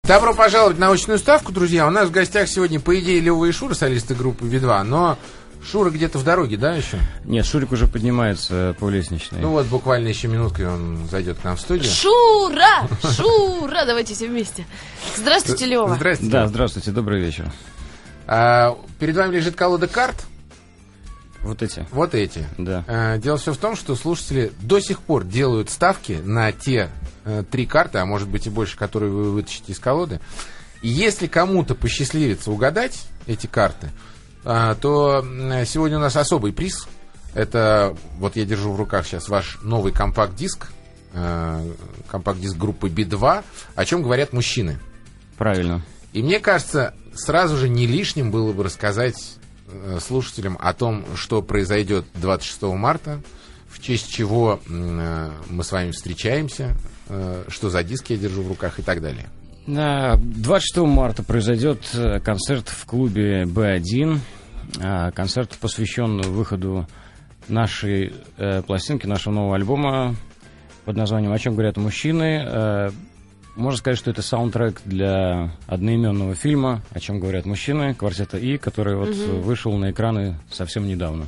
Добро пожаловать на очную ставку, друзья. У нас в гостях сегодня, по идее, Лёва и Шура, солисты группы Би-2, но Шура где-то в дороге, да, еще? Нет, Шурик уже поднимается по лестничной. Ну вот, буквально еще минуткой он зайдет к нам в студию. Шура! Шура! Давайте все вместе. Здравствуйте, Лёва. Здравствуйте. Да, здравствуйте, добрый вечер. Перед вами лежит колода карт. Вот эти. Вот эти. Да. Дело все в том, что слушатели до сих пор делают ставки на те 3 карты, а может быть и больше, которые вы вытащите из колоды. И если кому-то посчастливится угадать эти карты, то сегодня у нас особый приз. Это, вот я держу в руках сейчас ваш новый компакт-диск. Компакт-диск группы Би-2. О чем говорят мужчины. Правильно. И мне кажется, сразу же не лишним было бы рассказать слушателям о том, что произойдет 26 марта, в честь чего мы с вами встречаемся, что за диски я держу в руках и так далее. 26 марта произойдет концерт в клубе Б1. Концерт посвящен выходу нашей пластинки, нашего нового альбома под названием «О чем говорят мужчины». Можно сказать, что это саундтрек для одноименного фильма «О чем говорят мужчины» квартета И, который вот вышел на экраны совсем недавно.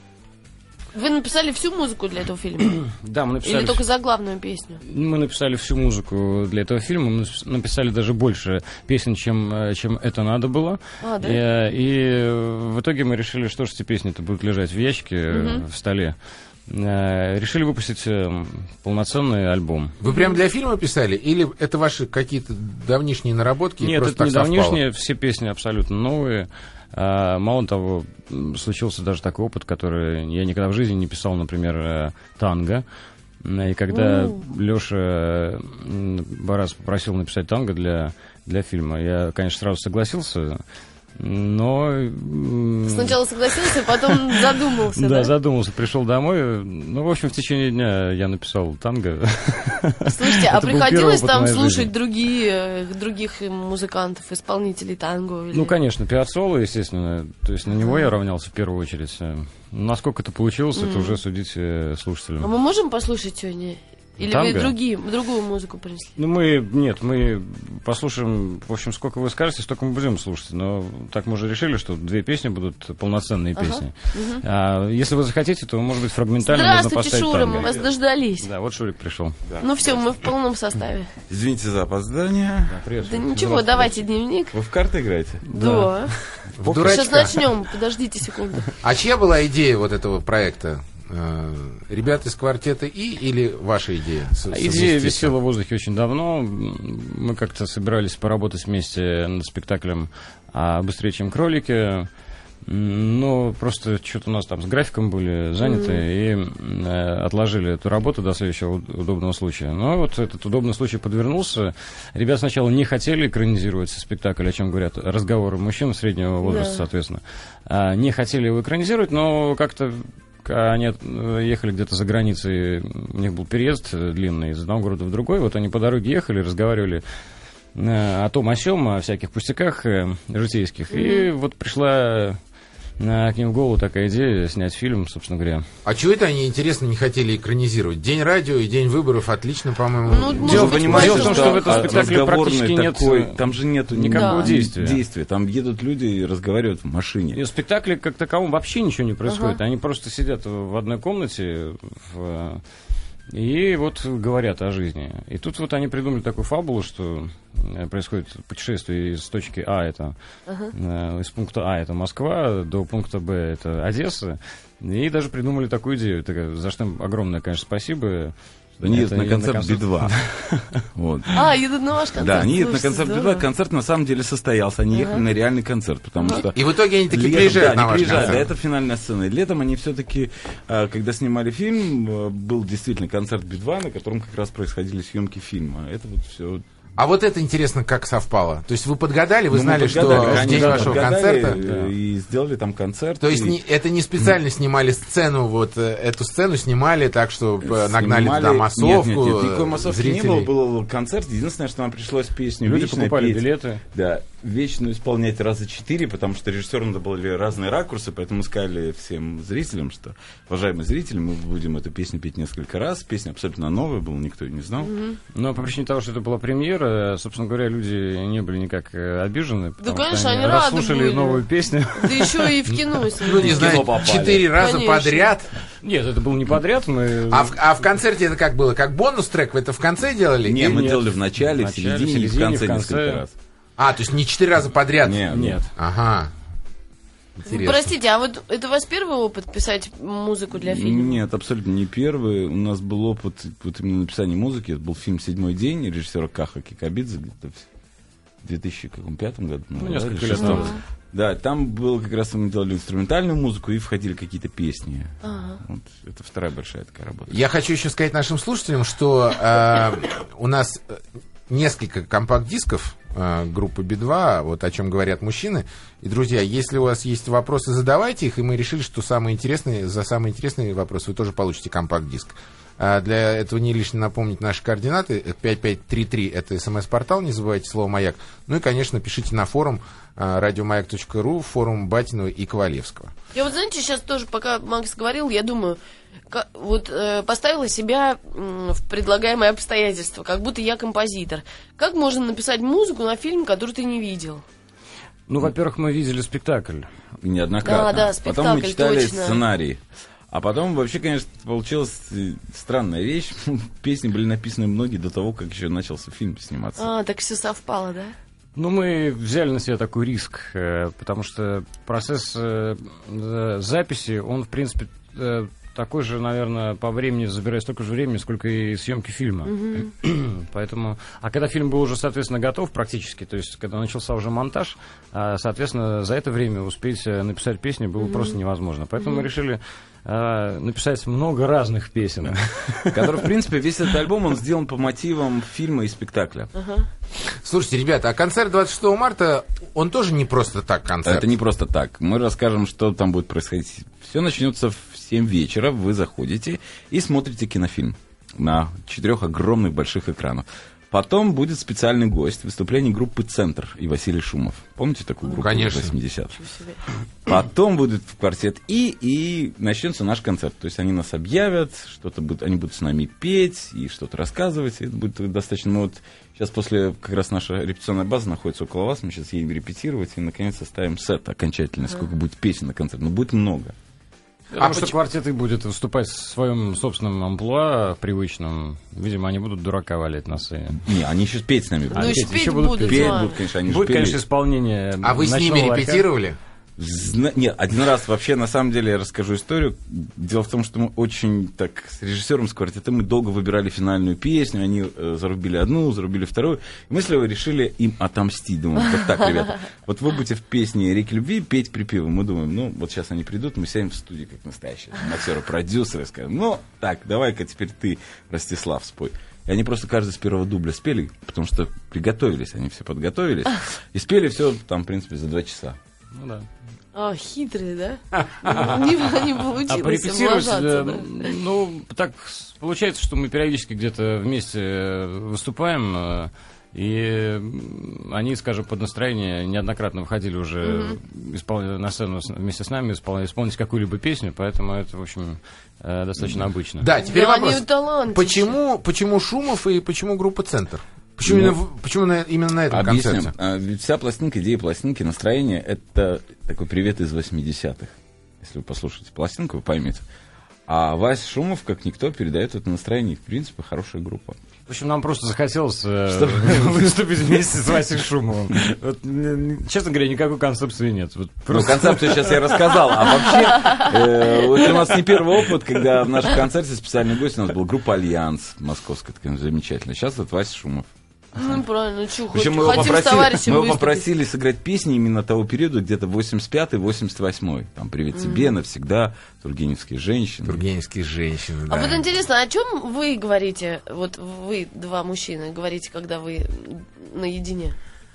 Вы написали всю музыку для этого фильма? Да, мы написали... Или только заглавную песню? Мы написали всю музыку для этого фильма. Мы написали даже больше песен, чем это надо было. Да? И в итоге мы решили, что же эти песни-то будут лежать в ящике, в столе. Решили выпустить полноценный альбом. Вы прям для фильма писали? Или это ваши какие-то давнишние наработки? Нет, это не давнишние, все песни абсолютно новые. Мало того, случился даже такой опыт, который я никогда в жизни не писал, например, танго. И когда Леша Барас попросил написать танго для фильма, я, конечно, сразу согласился. Но... Сначала согласился, потом задумался, да? Да, задумался, пришел домой. Ну, в общем, в течение дня я написал танго. Слушайте, а приходилось там слушать других музыкантов, исполнителей танго? Ну, конечно, Пиаццоло, естественно. То есть на него я равнялся в первую очередь. Насколько это получилось, это уже судите слушателям. А мы можем послушать сегодня? Или танго? Вы другую музыку принесли? Ну, мы послушаем, в общем, сколько вы скажете, столько мы будем слушать. Но так мы уже решили, что 2 песни будут полноценные песни. Если вы захотите, то, может быть, фрагментально можно поставить танго. Здравствуйте, Шура, мы вас дождались. Да, вот Шурик пришел. Да. Ну все, мы в полном составе. Извините за опоздание. Да, привет. Да ничего, давайте дневник. Вы в карты играете? Да. В дурачка. Сейчас начнем, подождите секунду. А чья была идея вот этого проекта? Ребята из квартета И или ваша идея? Идея висела в воздухе очень давно. Мы как-то собирались поработать вместе над спектаклем «Быстрее, чем кролики». Но просто что-то у нас там с графиком были заняты и отложили эту работу до следующего удобного случая. Но вот этот удобный случай подвернулся. Ребята сначала не хотели экранизировать спектакль, о чем говорят разговоры мужчин среднего возраста, соответственно. Не хотели его экранизировать, но как-то они ехали где-то за границей, у них был переезд длинный из одного города в другой, вот они по дороге ехали, разговаривали о том, о сём, о всяких пустяках житейских, и вот пришла к ним в голову такая идея снять фильм, собственно говоря. А чего это они, интересно, не хотели экранизировать? День радио и день выборов отлично, по-моему. Дело в том, что в этом спектакле практически такой, нет, там же нету никакого действия. Там едут люди и разговаривают в машине. И в спектакле как таковом вообще ничего не происходит. Они просто сидят в одной комнате и вот говорят о жизни. И тут вот они придумали такую фабулу, что происходит путешествие из точки А, это из пункта А это Москва, до пункта Б это Одесса. И даже придумали такую идею, за что им огромное, конечно, спасибо. Они едут на концерт Би-2. Вот. Едут на ваш концерт? Да, они едут на концерт Би-2. Концерт на самом деле состоялся. Они ехали на реальный концерт, потому что... И в итоге они таки приезжают на ваш концерт. Да, это финальная сцена. И летом они все-таки, когда снимали фильм, был действительно концерт Би-2, на котором как раз происходили съемки фильма. Это вот все... А вот это интересно, как совпало. То есть вы подгадали, вы знали, что в день вашего концерта... И сделали там концерт. То есть это не специально снимали сцену, вот эту сцену снимали так, что нагнали туда массовку. Нет, никакой массовки не было, был концерт. Единственное, что нам пришлось песню люди лично покупали петь. билеты. Да. вечно исполнять раза 4, потому что режиссеру надо были разные ракурсы, поэтому мы сказали всем зрителям, что, уважаемые зрители, мы будем эту песню петь несколько раз. Песня абсолютно новая была, никто ее не знал. Но по причине того, что это была премьера, собственно говоря, люди не были никак обижены, потому конечно, что они они рады расслушали были. новую песню. Да еще и в кино. Ну, не знаю, попали. 4 раза Конечно. подряд. Нет, это был не подряд, мы... А в концерте это как было? Как бонус-трек? Вы это в конце делали? Не, мы Нет. делали в начале, в середине и в конце несколько раз. А, то есть не 4 раза подряд? Нет. Ага. Интересно. Простите, а вот это у вас первый опыт писать музыку для фильма? Нет, абсолютно не первый. У нас был опыт вот именно написания музыки. Это был фильм «Седьмой день» режиссера Каха Кикабидзе где-то в 2005 году. Несколько или лет 2006. назад. Да, там было как раз мы делали инструментальную музыку и входили какие-то песни. Ага. Вот, это вторая большая такая работа. Я хочу еще сказать нашим слушателям, что у нас несколько компакт-дисков группы Би-2, вот о чем говорят мужчины. И, друзья, если у вас есть вопросы, задавайте их, и мы решили, что за самые интересные вопросы вы тоже получите компакт-диск. Для этого не лишне напомнить наши координаты. 5533 — это СМС-портал, не забывайте слово «Маяк». Ну и, конечно, пишите на форум радиомаяк.ру, форум Батинова и Ковалевского. Я вот, знаете, сейчас тоже, пока Макс говорил, я думаю, поставила себя в предлагаемые обстоятельства, как будто я композитор. Как можно написать музыку на фильм, который ты не видел? Ну, во-первых, мы видели спектакль. Неоднократно. Да, спектакль, потом мы читали точно. сценарий. А потом вообще, конечно, получилась странная вещь. Песни были написаны многие до того, как еще начался фильм сниматься. Так все совпало, да? Ну, мы взяли на себя такой риск, потому что процесс записи, он, в принципе, такой же, наверное, по времени забирает столько же времени, сколько и съемки фильма. Поэтому, а когда фильм был уже, соответственно, готов практически, то есть когда начался уже монтаж, соответственно, за это время успеть написать песни было просто невозможно. Поэтому мы решили написать много разных песен. Который, в принципе, весь этот альбом, он сделан по мотивам фильма и спектакля. Слушайте, ребята, а концерт 26 марта, он тоже не просто так концерт? Это не просто так. Мы расскажем, что там будет происходить. Все начнется в 7 вечера. Вы заходите и смотрите кинофильм на 4 огромных больших экранах. Потом будет специальный гость, выступление группы «Центр» и Василий Шумов. Помните такую группу? Конечно. 80-х? Потом будет квартет и начнется наш концерт. То есть они нас объявят, они будут с нами петь и что-то рассказывать. Это будет достаточно... Мы вот сейчас после как раз наша репетиционная база находится около вас. Мы сейчас едем репетировать и наконец составим сет окончательный. Сколько будет песен на концерт. Но будет много. Потому что квартет и будет выступать в своем собственном амплуа привычном. Видимо, они будут дурака валять на сцене. Не, они еще петь с нами будут. Ну, еще петь петь еще будут будут. Петь да. будут, конечно, они же Будет, пели. конечно, исполнение. А вы с ними «Ночного ларька». репетировали? Нет, один раз вообще, на самом деле, я расскажу историю. Дело в том, что мы очень так с режиссером, с квартетом, мы долго выбирали финальную песню, они зарубили одну, зарубили вторую. И мы с Левой решили им отомстить. Думаем, вот так, ребята, вот вы будете в песне «Реки любви» петь припевы. Мы думаем, ну, вот сейчас они придут, мы сядем в студии, как настоящие актеры, продюсеры, скажем, ну, так, давай-ка теперь ты, Ростислав, спой. И они просто каждый с первого дубля спели, потому что приготовились, они все подготовились. И спели все там, в принципе, за 2 часа. Ну да. Хитрые, да? Не получилось порепетировать, облажаться, да? ну, так получается, что мы периодически где-то вместе выступаем, и они, скажем, под настроение неоднократно выходили уже на сцену вместе с нами исполнить какую-либо песню, поэтому это, в общем, достаточно обычно. Да, теперь Да, вопрос. они талантище. Почему Шумов и почему группа «Центр»? Почему именно на этом Объясним. концерте? Ведь вся пластинка, идея пластинки, настроение — это такой привет из 80-х. Если вы послушаете пластинку, вы поймете. А Вася Шумов, как никто, передает это настроение. И, в принципе, хорошая группа. В общем, нам просто захотелось выступить вместе с Васей Шумовым. Вот, честно говоря, никакой концепции нет. Вот Ну, концепцию сейчас я рассказал. А вообще, это у нас не первый опыт, когда в нашем концерте специальный гость у нас был группа «Альянс» московская, такая замечательная. Сейчас это Вася Шумов. Ну, правильно, что, Причем мы его попросили сыграть песни именно того периода, где-то 85-88. Там «Привет тебе», «Навсегда», «Тургеневские женщины». Тургеневские женщины, да. А вот интересно, о чем вы говорите, вот вы, два мужчины, говорите, когда вы наедине?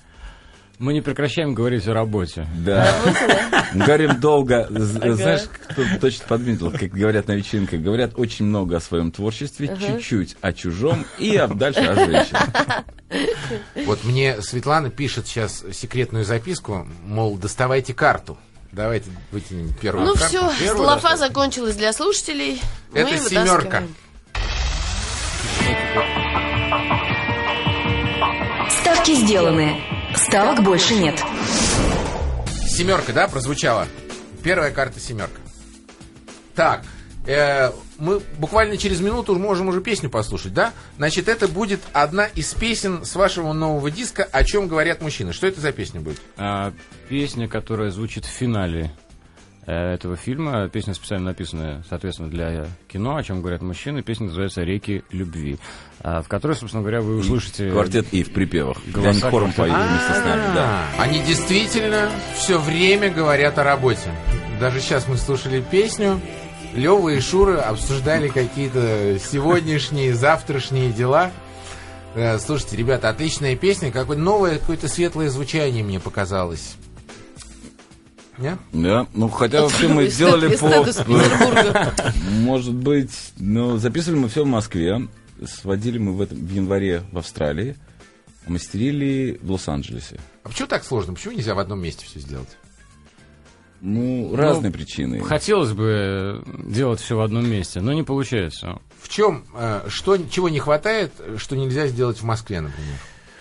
мы не прекращаем говорить о работе. Да. Говорим долго. Знаешь, кто точно подметил, как говорят на вечеринках, говорят очень много о своем творчестве, чуть-чуть о чужом и дальше о женщинах. Вот мне Светлана пишет сейчас секретную записку, мол, доставайте карту. Давайте вытянем первую карту. Ну все, лафа закончилась для слушателей. Это семерка. Ставки сделаны. Ставок больше нет. Семерка, да, прозвучала? Первая карта семерка. Так, мы буквально через минуту можем уже песню послушать, да? Значит, это будет одна из песен с вашего нового диска «О чем говорят мужчины». Что это за песня будет? Песня, которая звучит в финале этого фильма. Песня специально написанная, соответственно, для кино «О чем говорят мужчины». Песня называется «Реки любви», в которой, собственно говоря, вы услышите... Квартет «И» в припевах. Где они хором поют вместе с нами, да. Они действительно все время говорят о работе. Даже сейчас мы слушали песню, Лёва и Шура обсуждали какие-то сегодняшние, завтрашние дела. Слушайте, ребята, отличная песня, новое, какое-то светлое звучание мне показалось. Не? Да, ну хотя вообще мы сделали может быть, записывали мы все в Москве, сводили мы в январе в Австралии, а мастерили в Лос-Анджелесе. А почему так сложно? Почему нельзя в одном месте все сделать? Разные причины. Хотелось бы делать все в одном месте, но не получается. В чем, чего не хватает, что нельзя сделать в Москве, например?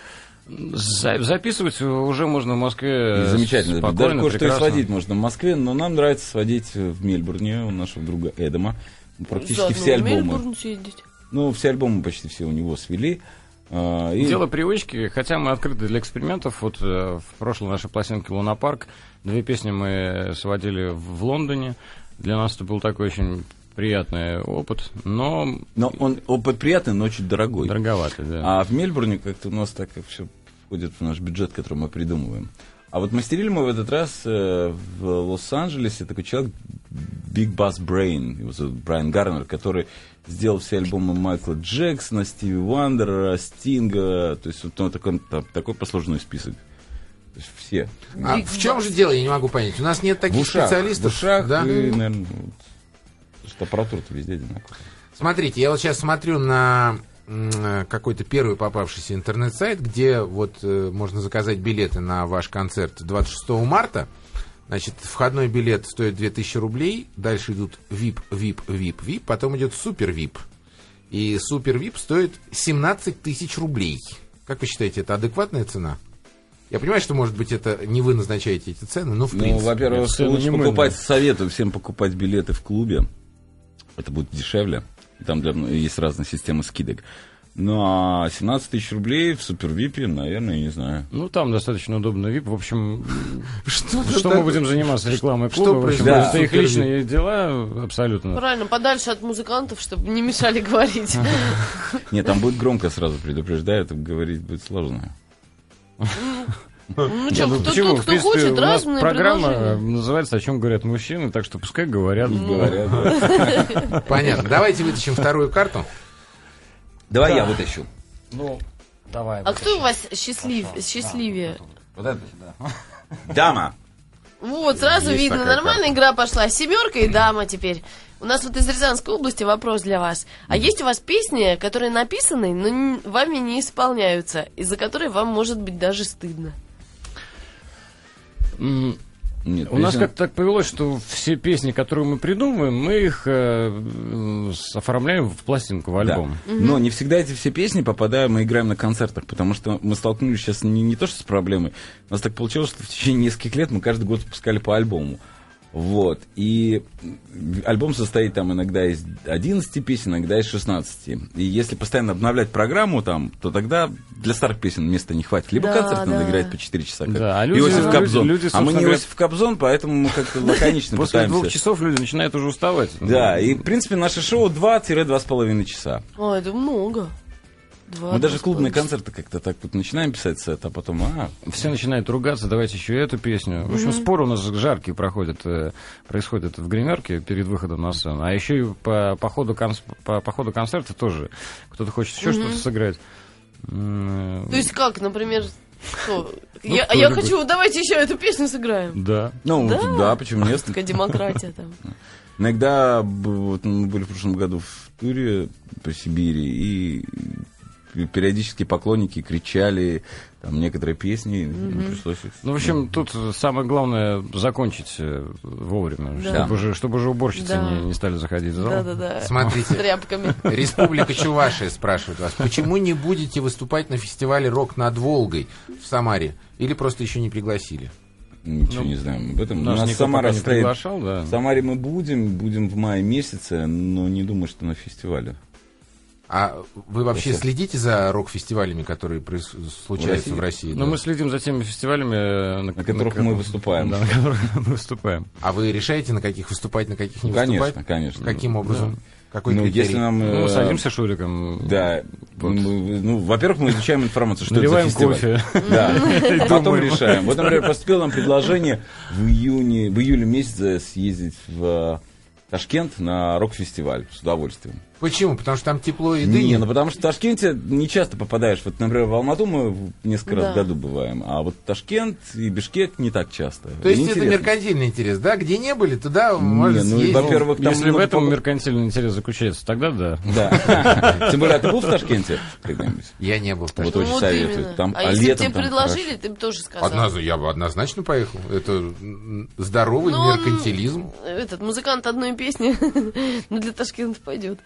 Записывать уже можно в Москве. Замечательно. Спокойно, даже кое-что и прекрасно. сводить можно в Москве, но нам нравится сводить в Мельбурне у нашего друга Эдама. Практически все альбомы. Все альбомы почти все у него свели. Дело привычки, хотя мы открыты для экспериментов. Вот в прошлой нашей пластинке «Лунапарк» 2 песни мы сводили в Лондоне. Для нас это был такой очень приятный опыт, но он опыт приятный, но очень дорогой. Дороговатый, да. А в Мельбурне как-то у нас так все входит в наш бюджет, который мы придумываем. А вот мастерили мы в этот раз в Лос-Анджелесе такой человек Big Bass Brain, его зовут Брайан Гарнер, который сделал все альбомы Майкла Джексона, Стиви Вандера, Стинга, то есть вот такой послужной список. То есть все. А в чем же дело, я не могу понять. У нас нет таких специалистов. В ушах, да? И, наверное, аппаратура-то везде одинаковая. Смотрите, я вот сейчас смотрю на какой-то первый попавшийся интернет-сайт, где вот можно заказать билеты на ваш концерт 26 марта. Значит, входной билет стоит 2000 рублей, дальше идут VIP, VIP, VIP, VIP, потом идет Супер VIP. И Супер VIP стоит 17 тысяч рублей. Как вы считаете, это адекватная цена? Я понимаю, что, может быть, это не вы назначаете эти цены, но в принципе. Во-первых, лучше советую всем покупать билеты в клубе. Это будет дешевле. Там есть разные системы скидок. Ну, а 17 тысяч рублей в Супер Випе, наверное, я не знаю. Там достаточно удобно VIP. В общем, что мы будем заниматься рекламой клуба? В общем, это их личные дела абсолютно. Правильно, подальше от музыкантов, чтобы не мешали говорить. Нет, там будет громко, сразу предупреждаю, говорить будет сложно. Кто хочет, у нас разные программа предложения. называется «О чем говорят мужчины», так что пускай говорят. Понятно. Давайте вытащим вторую карту. Давай я вытащу. Давай. А кто у вас счастливее? Вот это сюда. Дама. Вот, сразу Есть видно, такая нормальная игра пошла. Семерка и дама теперь. У нас вот из Рязанской области вопрос для вас. А есть у вас песни, которые написаны, но вами не исполняются, из-за которой вам может быть даже стыдно? Нет, у нас как-то так повелось, что все песни, которые мы придумываем, мы их оформляем в пластинку, в альбом. Да. Но не всегда эти все песни попадаем, мы играем на концертах, потому что мы столкнулись сейчас не то что с проблемой, у нас так получилось, что в течение нескольких лет мы каждый год выпускали по альбому. Вот. И альбом состоит там иногда из 11 песен, иногда из 16. И если постоянно обновлять программу там, то тогда для старых песен места не хватит. Либо концерт надо играть по 4 часа, как Иосиф Кобзон. А мы не Иосиф Кобзон, поэтому мы как-то лаконично пытаемся. После 2 часов люди начинают уже уставать. Да, и в принципе наше шоу 2-2,5 часа. О, это много. Мы даже клубные концерты как-то так вот начинаем писать сет, а потом... Все начинают ругаться, давайте еще эту песню. В общем, споры у нас жаркие происходят в гримерке перед выходом на сцену. А еще и по ходу концерта тоже кто-то хочет еще что-то сыграть. То есть как, например... Я хочу, давайте еще эту песню сыграем. Да. Да, почему нет? Такая демократия там. Иногда, вот мы были в прошлом году в туре по Сибири, и периодически поклонники кричали там некоторые песни, пришлось их... Ну, в общем, тут самое главное закончить вовремя, Да. чтобы уже уборщицы Да. не стали заходить в зал. Да-да-да. Смотрите. С тряпками. Республика Чувашия спрашивает вас, почему не будете выступать на фестивале «Рок над Волгой» в Самаре? Или просто еще не пригласили? Ничего не знаем об этом. У Нас нас никто Самара пока не стоит... приглашал, да. В Самаре мы будем в мае месяце, но не думаю, что на фестивале. А вы вообще следите за рок-фестивалями, которые случаются в России? Но да? мы следим за теми фестивалями, На которых мы выступаем. Да, на которых мы выступаем. А вы решаете, на каких выступать, на каких не Конечно, выступать? конечно. Каким образом? Какой Ну, критерий? если нам... Ну, садимся шуриком. Да. Ну, во-первых, мы изучаем информацию, что Наливаем это за фестиваль. кофе. Да, потом решаем. Вот, например, поступило нам предложение в июле месяце съездить в Ташкент на рок-фестиваль с удовольствием. Почему? Потому что там тепло и дыня? Не, ну потому что в Ташкенте не часто попадаешь. Вот, например, в Алмату мы несколько раз Да. в году бываем, а вот Ташкент и Бишкек не так часто. То есть Неинтересно. это меркантильный интерес, да? Где не были, туда можно ну, съездить. во-первых, там Если в много этом меркантильный интерес заключается, тогда да. Да. Тем более, а ты был в Ташкенте когда-нибудь? Я не был в Вот Ташкенте. очень Вот советую. именно. Там, А если бы летом тебе там предложили, ты бы тоже сказал. Я бы однозначно поехал. Это здоровый Ну, он, меркантилизм. Этот музыкант одной песни, но для Ташкента пойдет.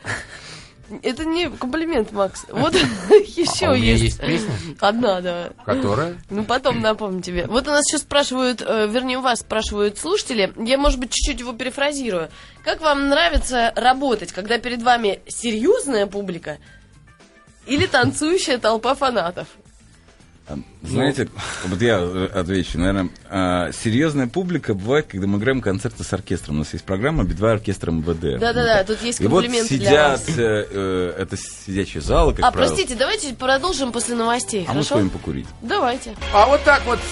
Это не комплимент, Макс. Вот еще А у меня есть. есть песня, Одна, да. которая... Ну, потом напомню тебе. Вот у нас сейчас спрашивают, вернее, у вас спрашивают слушатели. Я, может быть, чуть-чуть его перефразирую. Как вам нравится работать, когда перед вами серьезная публика или танцующая толпа фанатов? Знаете, вот я отвечу, наверное, серьезная публика бывает, когда мы играем концерты с оркестром. У нас есть программа «Би-2 оркестр МВД». Да-да-да, тут есть И вот комплименты для сидят, вас. это сидячие залы, как правило. Простите, давайте продолжим после новостей, А мы хорошо? сходим покурить. Давайте. А вот так вот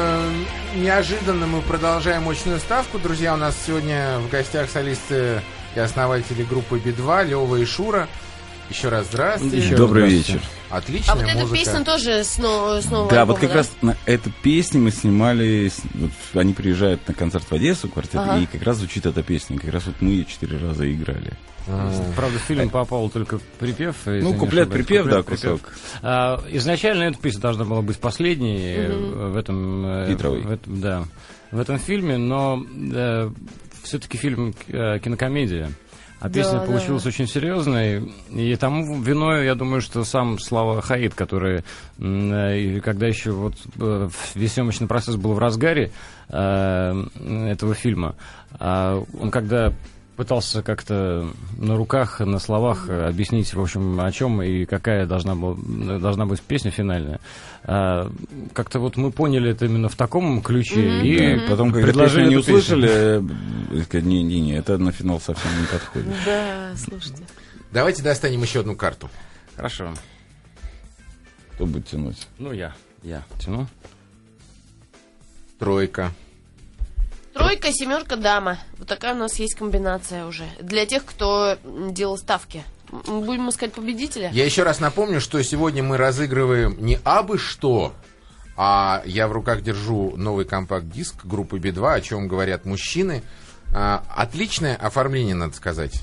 неожиданно мы продолжаем мощную ставку. Друзья, у нас сегодня в гостях солисты и основатели группы Би-2 Лёва и Шура. Еще раз здравствуйте. Еще раз Добрый здравствуйте. вечер. Отличная А вот эта музыка. песня тоже с нового Да, альбома, вот как раз на эту песню мы снимали, вот они приезжают на концерт в Одессу, квартет, Ага. и как раз звучит эта песня. Как раз вот мы ее 4 раза играли. Правда, в фильм попал только припев. если Ну, не куплет-припев, ошибаюсь. да, кусок. Изначально эта песня должна была быть последней в этом... Титровой. В этом фильме, но все-таки фильм кинокомедия. А песня Да, получилась очень серьезной, и тому виной, я думаю, что сам Слава Хаид, который, и когда еще вот весь съемочный процесс был в разгаре этого фильма, он когда пытался как-то на руках, на словах объяснить, в общем, о чем и какая должна быть песня финальная. Как-то вот мы поняли это именно в таком ключе. И Да, потом, когда предложили песню не эту песню. услышали, сказали, не, это на финал совсем не подходит. Да, слушайте. Давайте достанем еще одну карту. Хорошо. Кто будет тянуть? Ну, я тяну. Тройка. Тройка, семерка, дама. Вот такая у нас есть комбинация уже. Для тех, кто делал ставки. Будем искать победителя? Я еще раз напомню, что сегодня мы разыгрываем не абы что, а я в руках держу новый компакт-диск группы Би-2, о чем говорят мужчины. Отличное оформление, надо сказать.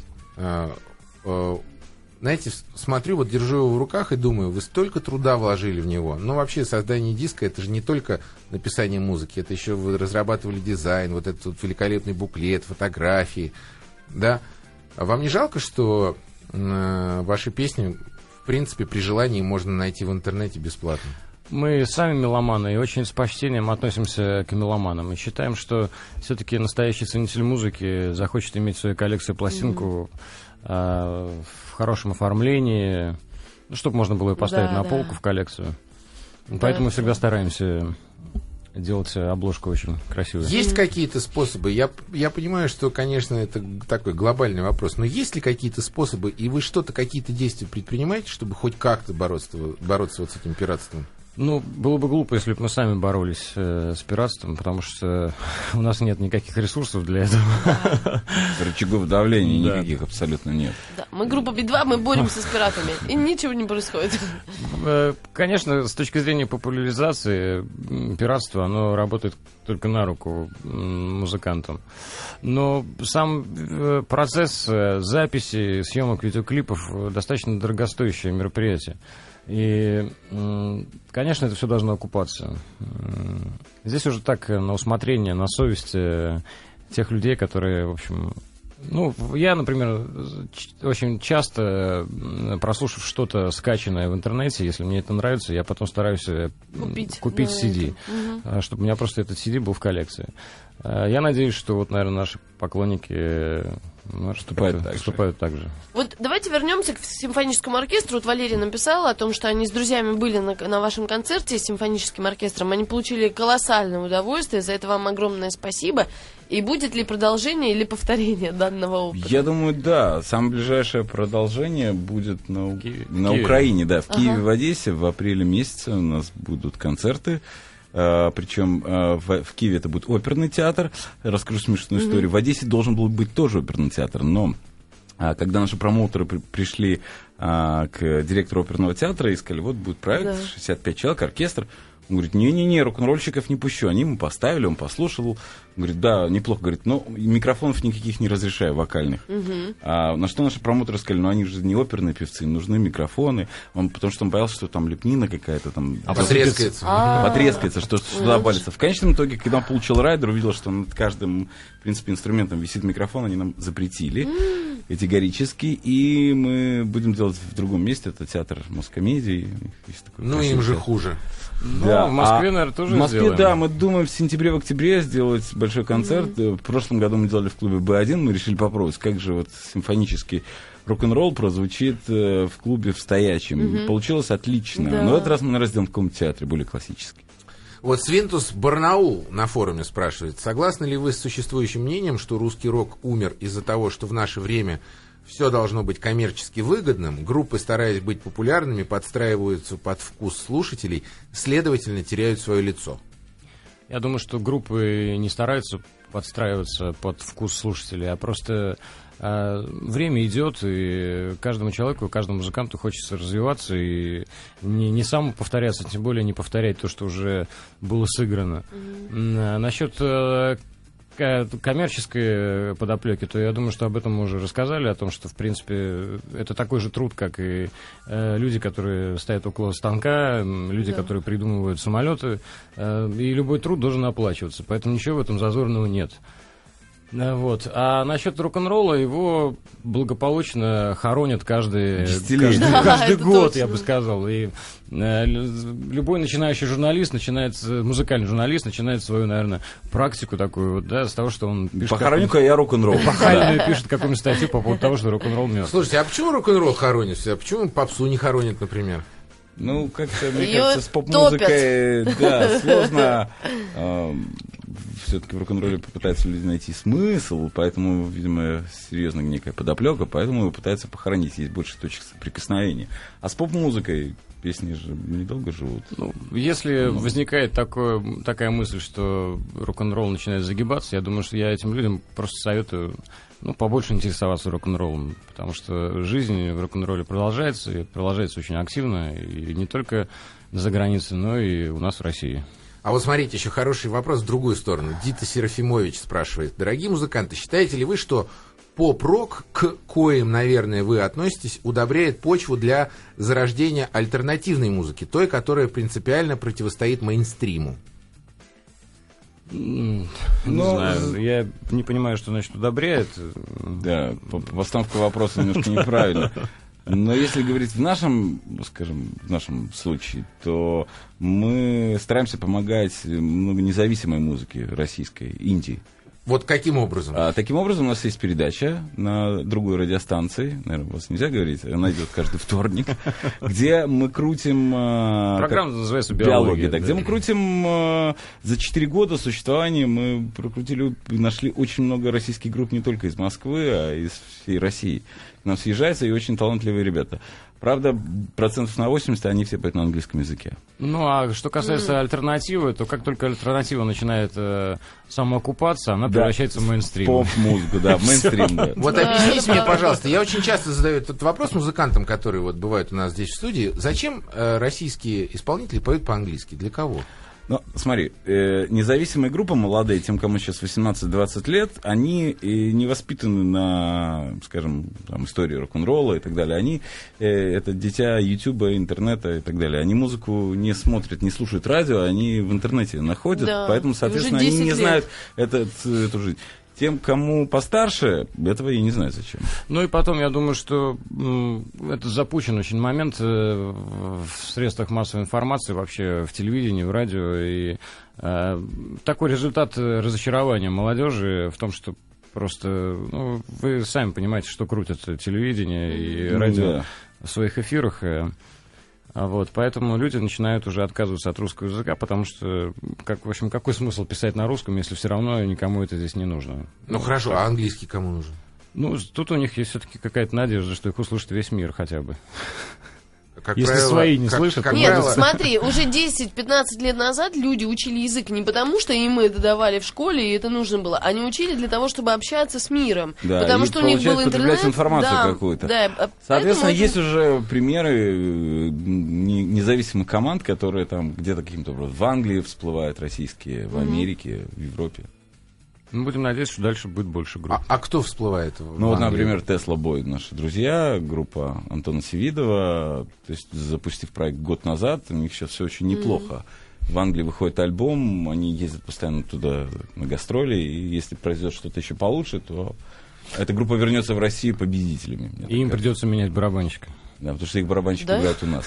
Знаете, смотрю, вот держу его в руках и думаю, вы столько труда вложили в него. Ну, вообще, создание диска, это же не только написание музыки, это еще вы разрабатывали дизайн, вот этот вот великолепный буклет, фотографии, да. А вам не жалко, что ваши песни, в принципе, при желании можно найти в интернете бесплатно? Мы сами меломаны и очень с почтением относимся к меломанам. И считаем, что все-таки настоящий ценитель музыки захочет иметь в своей коллекции пластинку в хорошем оформлении, чтобы можно было ее поставить на полку в коллекцию. Поэтому мы всегда стараемся делать обложку очень красивую. Есть какие-то способы? Я понимаю, что, конечно, это такой глобальный вопрос, но есть ли какие-то способы, и вы какие-то действия предпринимаете, чтобы хоть как-то бороться вот с этим пиратством? Ну, было бы глупо, если бы мы сами боролись с пиратством, потому что у нас нет никаких ресурсов для этого. Рычагов давления никаких абсолютно нет. Да, мы группа Би-2, мы боремся с пиратами, и ничего не происходит. Конечно, с точки зрения популяризации пиратства, оно работает только на руку музыкантам. Но сам процесс записи, съемок видеоклипов достаточно дорогостоящее мероприятие. И, конечно, это все должно окупаться. Здесь уже так на усмотрение, на совесть тех людей, которые, в общем... Ну, я, например, очень часто, прослушав что-то скачанное в интернете, если мне это нравится, я потом стараюсь купить CD, чтобы у меня просто этот CD был в коллекции. Я надеюсь, что вот, наверное, наши поклонники поступают так же. Вот давайте вернемся к симфоническому оркестру. Вот Валерий написал о том, что они с друзьями были на вашем концерте с симфоническим оркестром. Они получили колоссальное удовольствие. За это вам огромное спасибо. И будет ли продолжение или повторение данного опыта? Я думаю, да. Самое ближайшее продолжение будет на Украине, да, в Киеве, в Одессе. В апреле месяце у нас будут концерты. Причем в Киеве это будет оперный театр. Расскажу смешную историю. В Одессе должен был быть тоже оперный театр, но когда наши промоутеры пришли к директору оперного театра и сказали, вот будет проект, 65 человек, оркестр, он говорит, не-не-не, рок-н-ролльщиков не пущу. Они ему поставили, он послушал. Он говорит, да, неплохо. Говорит, но микрофонов никаких не разрешаю, вокальных. На что наши промоутеры сказали, ну они же не оперные певцы, им нужны микрофоны. Потому что он боялся, что там лепнина какая-то там... Потрескается, что сюда обвалится. В конечном итоге, когда он получил райдер, увидел, что над каждым, в принципе, инструментом висит микрофон, они нам запретили категорически. И мы будем делать в другом месте, это театр Москомедии. Ну, им же хуже. Да, в Москве, наверное, тоже в Москве, сделаем. да, мы думаем в сентябре-октябре сделать большой концерт. В прошлом году мы делали в клубе Б1, мы решили попробовать, как же вот симфонический рок-н-ролл прозвучит в клубе в стоячем. Получилось отлично. Да. Но в этот раз мы, наверное, сделаем в каком-то театре более классический. Вот Свинтус Барнаул на форуме спрашивает, согласны ли вы с существующим мнением, что русский рок умер из-за того, что в наше время все должно быть коммерчески выгодным, группы, стараясь быть популярными, подстраиваются под вкус слушателей, следовательно, теряют свое лицо? Я думаю, что группы не стараются подстраиваться под вкус слушателей, а просто время идет, и каждому человеку, каждому музыканту хочется развиваться и не самому повторяться, тем более не повторять то, что уже было сыграно. Насчет коммерческой подоплеки, то я думаю, что об этом мы уже рассказали, о том, что, в принципе, это такой же труд, как и люди, которые стоят около станка, люди, которые придумывают самолеты, и любой труд должен оплачиваться, поэтому ничего в этом зазорного нет. Вот. А насчет рок-н-ролла, его благополучно хоронят каждый год, точно. я бы сказал. И любой начинающий журналист, музыкальный журналист, начинает свою, наверное, практику такую, вот, да, с того, что он пишет... Похороню-ка я рок-н-ролл. Пишет какую-нибудь статью по поводу того, что рок-н-ролл мертв. Слушайте, а почему рок-н-ролл хоронится? А почему попсу не хоронят, например? Ну, как-то, мне Её кажется, с поп-музыкой, да, сложно. Все-таки в рок-н-ролле попытаются люди найти смысл, поэтому, видимо, серьезно некая подоплека, поэтому его пытаются похоронить, есть больше точек соприкосновения. А с поп-музыкой песни же недолго живут. Ну, если возникает такая мысль, что рок-н-ролл начинает загибаться, я думаю, что я этим людям просто советую побольше интересоваться рок-н-роллом, потому что жизнь в рок-н-ролле продолжается, и продолжается очень активно, и не только за границей, но и у нас в России. А вот смотрите, еще хороший вопрос в другую сторону. Дита Серафимович спрашивает. Дорогие музыканты, считаете ли вы, что поп-рок, к коим, наверное, вы относитесь, удобряет почву для зарождения альтернативной музыки, той, которая принципиально противостоит мейнстриму? Не знаю, я не понимаю, что значит удобряет. Да, постановка вопроса немножко неправильно. Но если говорить в нашем случае, то мы стараемся помогать много независимой музыке российской, инди. Вот каким образом? Таким образом, у нас есть передача на другой радиостанции, наверное, вас нельзя говорить, она идет каждый вторник, где мы крутим... Программа называется «Биология». Да, где мы крутим за 4 года существования, мы прокрутили, нашли очень много российских групп не только из Москвы, а из всей России. К нам съезжаются и очень талантливые ребята. Правда, 80% они все поют на английском языке. Ну, а что касается альтернативы, то как только альтернатива начинает самоокупаться, она превращается в мейнстрим. Поп-музыку, да, в мейнстрим, да. Вот объясните мне, пожалуйста, я очень часто задаю этот вопрос музыкантам, которые вот бывают у нас здесь в студии. Зачем российские исполнители поют по-английски? Для кого? Ну, смотри, независимые группы молодые, тем, кому сейчас 18-20 лет, они не воспитаны на, скажем, там, истории рок-н-ролла и так далее. Они, это дитя Ютуба, интернета и так далее. Они музыку не смотрят, не слушают радио, они в интернете находят, Да, поэтому, соответственно, они не лет. знают эту жизнь. Тем, кому постарше, этого я не знаю зачем. Ну и потом, я думаю, что это запущен очень момент в средствах массовой информации, вообще в телевидении, в радио. И такой результат разочарования молодежи в том, что просто, ну, вы сами понимаете, что крутят телевидение и радио в своих эфирах. Вот, поэтому люди начинают уже отказываться от русского языка, потому что, в общем, какой смысл писать на русском, если все равно никому это здесь не нужно? Ну хорошо, а английский кому нужен? Ну, тут у них есть все-таки какая-то надежда, что их услышит весь мир хотя бы. Как Если правило, свои не слышат, как Нет, правило, смотри, уже 10-15 лет назад люди учили язык не потому, что им это давали в школе, и это нужно было. Они учили для того, чтобы общаться с миром. Да, потому и что у них был интернет. потреблять информацию да, какую-то. Да, Соответственно, поэтому есть уже примеры независимых команд, которые там где-то каким-то образом в Англии всплывают российские, в Америке, в Европе. мы будем надеяться, что дальше будет больше групп. А кто всплывает? Ну вот, например, Tesla Boy, наши друзья, группа Антона Севидова, то есть запустив проект год назад, у них сейчас все очень неплохо. В Англии выходит альбом, они ездят постоянно туда на гастроли, и если произойдет что-то еще получше, то эта группа вернется в Россию победителями. И им придется менять барабанщика. Да, потому что их барабанщики Да? играют у нас.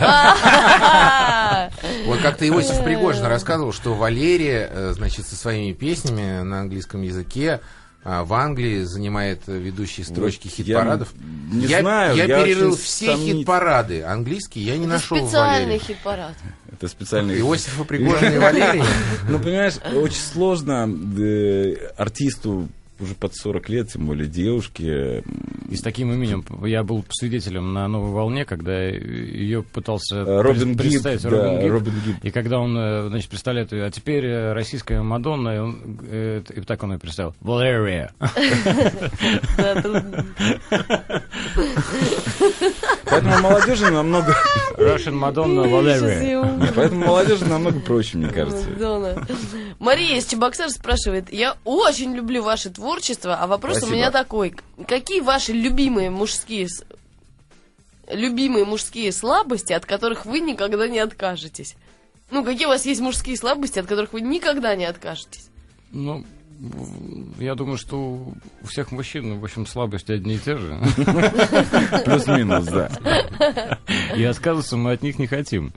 Вот как-то Иосиф Пригожин рассказывал, что Валерия, значит, со своими песнями на английском языке в Англии занимает ведущие строчки Вот хит-парадов. не знаю, я я перерыл очень все сомнительный. хит-парады английские, я не это нашел специальный Валерии. хит-парад. Это специальный... Иосифа Пригожина и Валерии. Ну, понимаешь, очень сложно артисту уже под 40 лет, тем более девушке. И с таким именем я был свидетелем на «Новой волне», когда ее пытался Робин Гибб, представить да, Робин Гибб. И когда он, значит, представляет ее, а теперь российская Мадонна, и так он ее представил. Валерия. Да, трудно. Поэтому молодежи намного... Russian Madonna Valeria. Поэтому молодежи намного проще, мне кажется. Мадонна. Мария из Чебоксар спрашивает: я очень люблю ваше творчество, а вопрос Спасибо. у меня такой: какие ваши любимые мужские слабости, от которых вы никогда не откажетесь? Ну, какие у вас есть мужские слабости, от которых вы никогда не откажетесь? Ну, я думаю, что у всех мужчин, в общем, слабости одни и те же. Плюс-минус, да. И отказываться мы от них не хотим.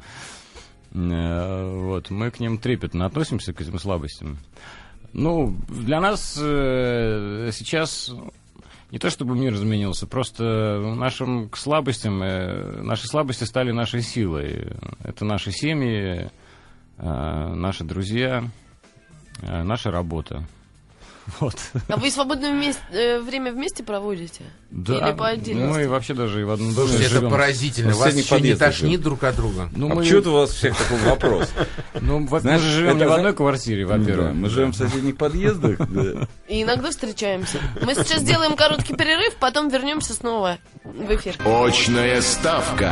Вот, мы к ним трепетно относимся, к этим слабостям. Ну, для нас сейчас не то чтобы мир изменился, просто нашим слабостям, наши слабости стали нашей силой. Это наши семьи, наши друзья, наша работа. Вот. А вы свободное время вместе проводите? Да, Или по отдельности? мы вообще даже и в одном доме Слушайте, это живем. поразительно. В Вас соседних еще не подъездах тошнит живем. друг от друга. Ну, А мы, почему-то у вас всех такой вопрос. ну, мы Знаешь, же живем не это в одной квартире, Да, во-первых. мы живем в соседних подъездах. Да. И иногда встречаемся. Мы сейчас сделаем короткий перерыв, потом вернемся снова в эфир. Очная ставка.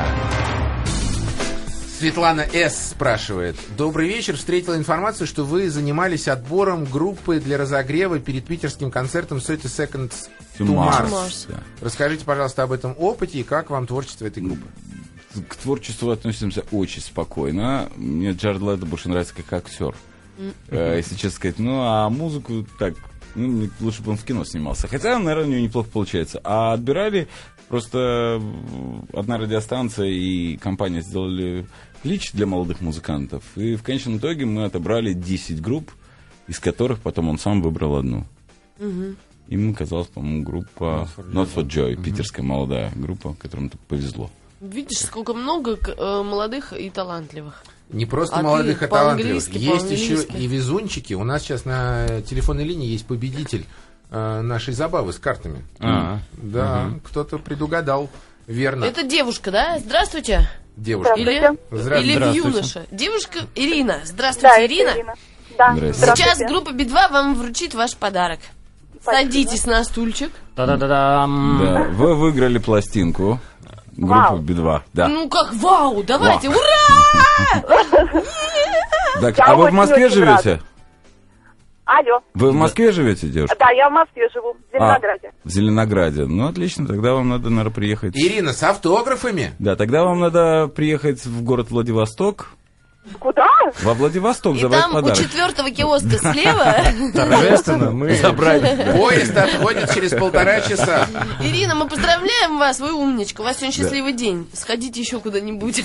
Светлана С. спрашивает. Добрый вечер. Встретила информацию, что вы занимались отбором группы для разогрева перед питерским концертом 30 Seconds to Mars. Mars. Да. Расскажите, пожалуйста, об этом опыте и как вам творчество этой группы. К творчеству относимся очень спокойно. Мне Джаред Лето больше нравится как актер. Если честно сказать. Ну, а музыку так, ну, мне лучше бы он в кино снимался. Хотя, наверное, у него неплохо получается. А отбирали просто одна радиостанция и компания сделали клич для молодых музыкантов. И в конечном итоге мы отобрали 10 групп, из которых потом он сам выбрал одну. Им оказалась, по-моему, группа Not for Joy, питерская молодая группа, которым повезло. Видишь, сколько много молодых и талантливых. Не просто А ты молодых, а талантливых. по-английски, Есть еще по-английски. и везунчики. У нас сейчас на телефонной линии есть победитель нашей забавы с картами. Да, кто-то предугадал верно. Это девушка, да? Здравствуйте. Девушка. Или Здравствуйте. юноша. Девушка Ирина. Здравствуйте, Да, Ирина. Ирина. Да, Здравствуйте. Сейчас группа Би-2 вам вручит ваш подарок. Садитесь на стульчик. Та-да-да-дам. Да, вы выиграли пластинку. Группа Вау. Би-2. Да. Ну как, вау, давайте, ура! Так, Я а вы в очень, Москве очень живете? рада. Алло. Вы в Москве живете, девушка? Да, я в Москве живу, в Зеленограде. В Зеленограде. Ну, отлично, тогда вам надо, наверное, приехать. Ирина, с автографами? Да, тогда вам надо приехать в город Владивосток. Куда? Во Владивосток И забрать там подарок. у 4-го киоска слева Торжественно мы... Поезд отходит через 1,5 часа. Ирина, мы поздравляем вас, вы умничка. У вас сегодня счастливый день. Сходите еще куда-нибудь.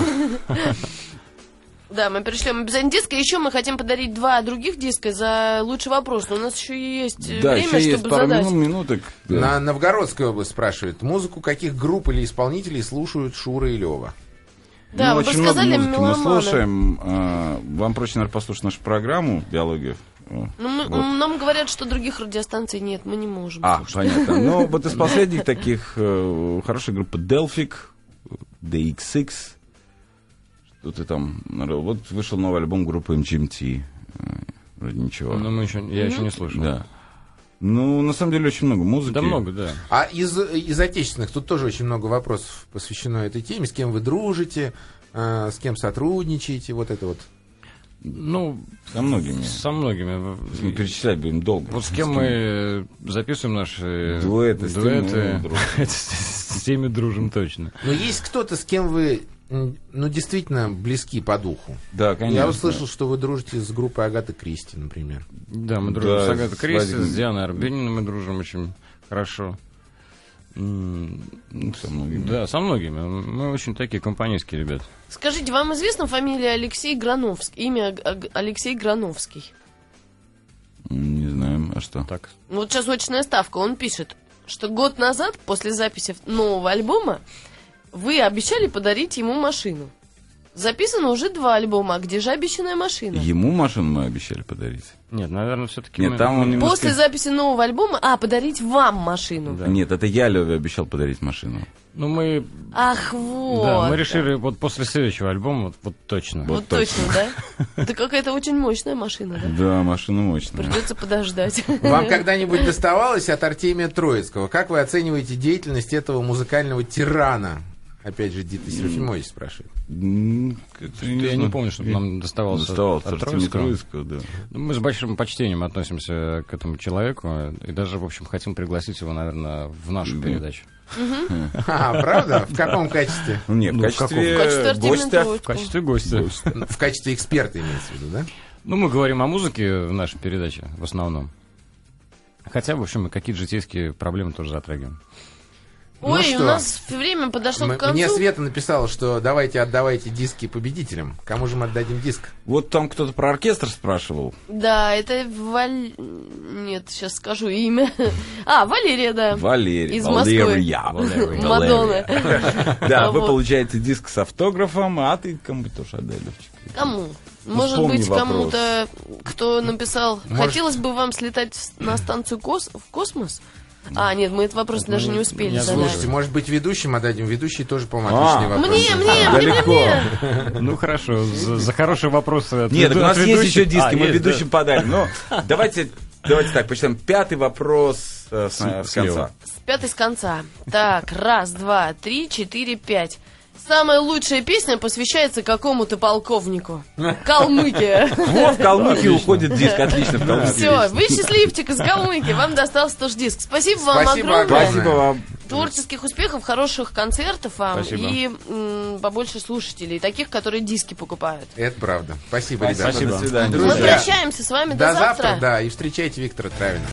Да, мы пришлем обязательно диск. И еще мы хотим подарить 2 других диска за лучший вопрос. Но у нас еще есть Да, время, еще есть чтобы пару задать. минуток. Да. На Новгородскую область спрашивают, музыку каких групп или исполнителей слушают Шура и Лева? Да, вы бы очень много сказали музыки мы меломаны. слушаем. Вам проще, наверное, послушать нашу программу «Биологию». Ну, нам говорят, что других радиостанций нет, мы не можем. слушать. Понятно. Ну, вот из последних таких хорошая группа Delphic, DXX. Что-то там. Вот вышел новый альбом группы MGMT. Вроде ничего. Но я еще не слышал. Да. Ну, на самом деле, очень много музыки. Да много, да. А из отечественных тут тоже очень много вопросов посвящено этой теме. С кем вы дружите, с кем сотрудничаете, вот это вот. Ну, Со многими. со многими. Если мы перечислять будем долго. Вот с кем мы записываем наши Дуэты, с тем мы дружим. с теми дружим точно. Но есть кто-то, с кем вы, ну, действительно близки по духу. Да, конечно. Я услышал, что вы дружите с группой Агаты Кристи, например. Да, мы дружим Да, с Агатой с Кристи, Владимиром. с Дианой Арбениной мы дружим очень хорошо. Ну, со многими. Да, со многими. Мы очень такие компанейские ребята. Скажите, вам известна фамилия Алексей Грановский? Имя Алексей Грановский? Не знаем, а что? Так. Вот сейчас очная ставка. Он пишет, что год назад, после записи нового альбома, вы обещали подарить ему машину. Записано уже 2 альбома, а где же обещанная машина? Ему машину мы обещали подарить. Нет, наверное, все-таки Нет, там он немножко... После записи нового альбома, подарить вам машину. Да. Нет, это я Леве обещал подарить машину. Ну, мы... Ах, вот. Да, мы решили вот после следующего альбома, вот точно. Вот точно, да? Это какая-то очень мощная машина, да? Да, машина мощная. Придется подождать. Вам когда-нибудь доставалось от Артемия Троицкого? Как вы оцениваете деятельность этого музыкального тирана? Опять же, Дита Серафимович спрашивает. Я не помню, чтобы нам доставалось от Троицкого. Троицкого, да. Мы с большим почтением относимся к этому человеку и даже, в общем, хотим пригласить его, наверное, в нашу передачу. А, правда? В каком качестве? Ну, нет, в Ну, качестве В качестве Артемия гостя. В качестве гостя. В качестве эксперта имеется в виду, да? Ну, мы говорим о музыке в нашей передаче в основном. Хотя, в общем, мы какие-то житейские проблемы тоже затрагиваем. Ой, Ну у что? нас время подошло к концу. Мне Света написала, что давайте отдавайте диски победителям. Кому же мы отдадим диск? Вот там кто-то про оркестр спрашивал. Да, это Нет, сейчас скажу имя. Валерия, да. Валерий. Из Москвы. Валерия. Мадонна. Да, вы Вот. получаете диск с автографом, а ты кому-то тоже отдай, Левчик. Кому? Может вспомни быть, вопрос. кому-то, кто написал, Может- хотелось бы вам слетать на станцию в космос? Нет, мы этот вопрос даже не успели не задать. Слушайте, может быть, ведущим отдадим? Ведущий тоже, по-моему, отличный вопрос. Мне. Далеко. Ну, хорошо, за хороший вопрос. Нет, так у нас есть ведущих. еще диски, мы есть, ведущим подарим. Ну, давайте так, почитаем. 5-й вопрос с конца. слева. С 5 с конца. Так, 1, 2, 3, 4, 5. Самая лучшая песня посвящается какому-то полковнику. Калмыкия. Вот, в Калмыкию уходит диск, отлично, в Калмыкию. Все, вы счастливчик из Калмыкии, вам достался тоже диск. Спасибо вам Спасибо огромное. Спасибо вам. Творческих успехов, хороших концертов вам. Спасибо. И побольше слушателей, таких, которые диски покупают. Это правда. Спасибо, ребята. Спасибо. До свидания. Мы Друзья, прощаемся с вами До завтра, да, и встречайте Виктора Травина.